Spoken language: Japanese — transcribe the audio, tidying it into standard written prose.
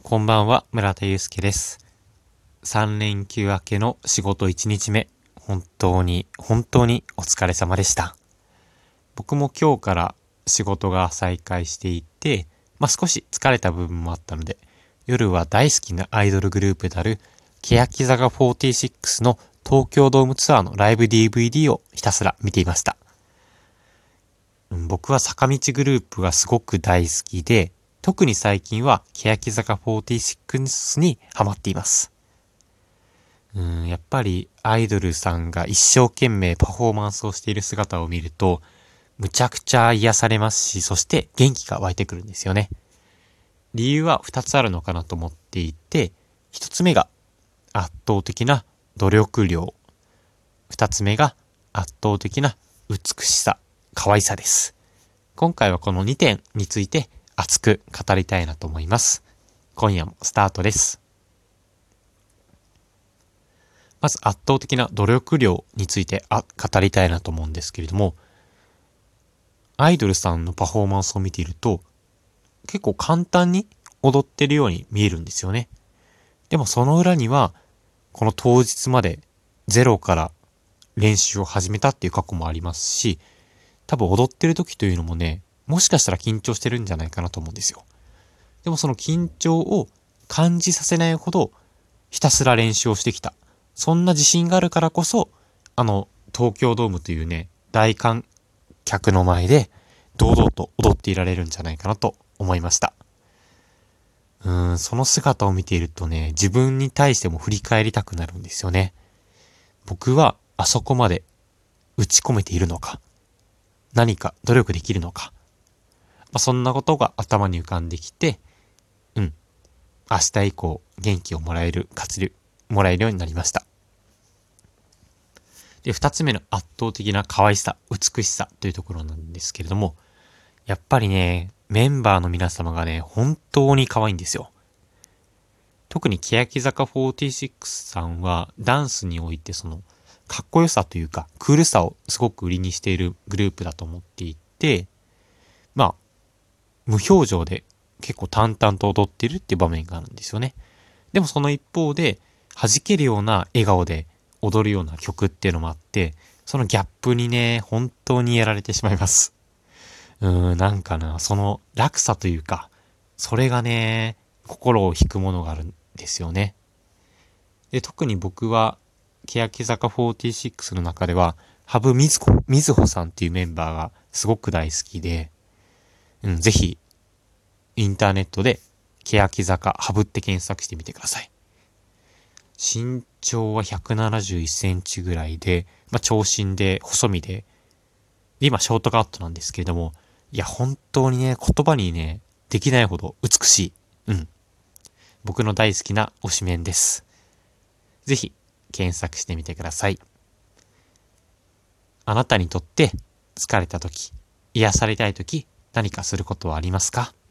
こんばんは、村田祐介です。3連休明けの仕事1日目、本当にお疲れ様でした。僕も今日から仕事が再開していて、少し疲れた部分もあったので、夜は大好きなアイドルグループである、欅坂46の東京ドームツアーのライブ DVD をひたすら見ていました。僕は坂道グループがすごく大好きで、特に最近は欅坂46にハマっています。やっぱりアイドルさんが一生懸命パフォーマンスをしている姿を見ると、むちゃくちゃ癒されますし、そして元気が湧いてくるんですよね。理由は2つあるのかなと思っていて、1つ目が圧倒的な努力量。2つ目が圧倒的な美しさ、可愛さです。今回はこの2点について熱く語りたいなと思います。今夜もスタートです。まず圧倒的な努力量について語りたいなと思うんですけれども、アイドルさんのパフォーマンスを見ていると、結構簡単に踊ってるように見えるんですよね。でもその裏には、この当日までゼロから練習を始めたっていう過去もありますし、多分踊ってる時というのもね、もしかしたら緊張してるんじゃないかなと思うんですよ。でもその緊張を感じさせないほどひたすら練習をしてきた。そんな自信があるからこそ、東京ドームというね、大観客の前で堂々と踊っていられるんじゃないかなと思いました。その姿を見ているとね、自分に対しても振り返りたくなるんですよね。僕はあそこまで打ち込めているのか、何か努力できるのか、そんなことが頭に浮かんできて、明日以降元気をもらえるようになりました。で、二つ目の圧倒的な可愛さ、美しさというところなんですけれども、やっぱりね、メンバーの皆様がね、本当に可愛いんですよ。特に欅坂46さんはダンスにおいてかっこよさというか、クールさをすごく売りにしているグループだと思っていて、無表情で結構淡々と踊ってるっていう場面があるんですよね。でもその一方で、弾けるような笑顔で踊るような曲っていうのもあって、そのギャップにね、本当にやられてしまいます。その落差というか、それがね、心を引くものがあるんですよね。で、特に僕は、欅坂46の中では、羽生瑞穂さんっていうメンバーがすごく大好きで、ぜひ、インターネットで、欅坂羽生って検索してみてください。身長は171センチぐらいで、長身で、細身で、今ショートカットなんですけれども、いや、本当にね、言葉にね、できないほど美しい。僕の大好きな推しメンです。ぜひ、検索してみてください。あなたにとって、疲れた時、癒されたい時、何かすることはありますか？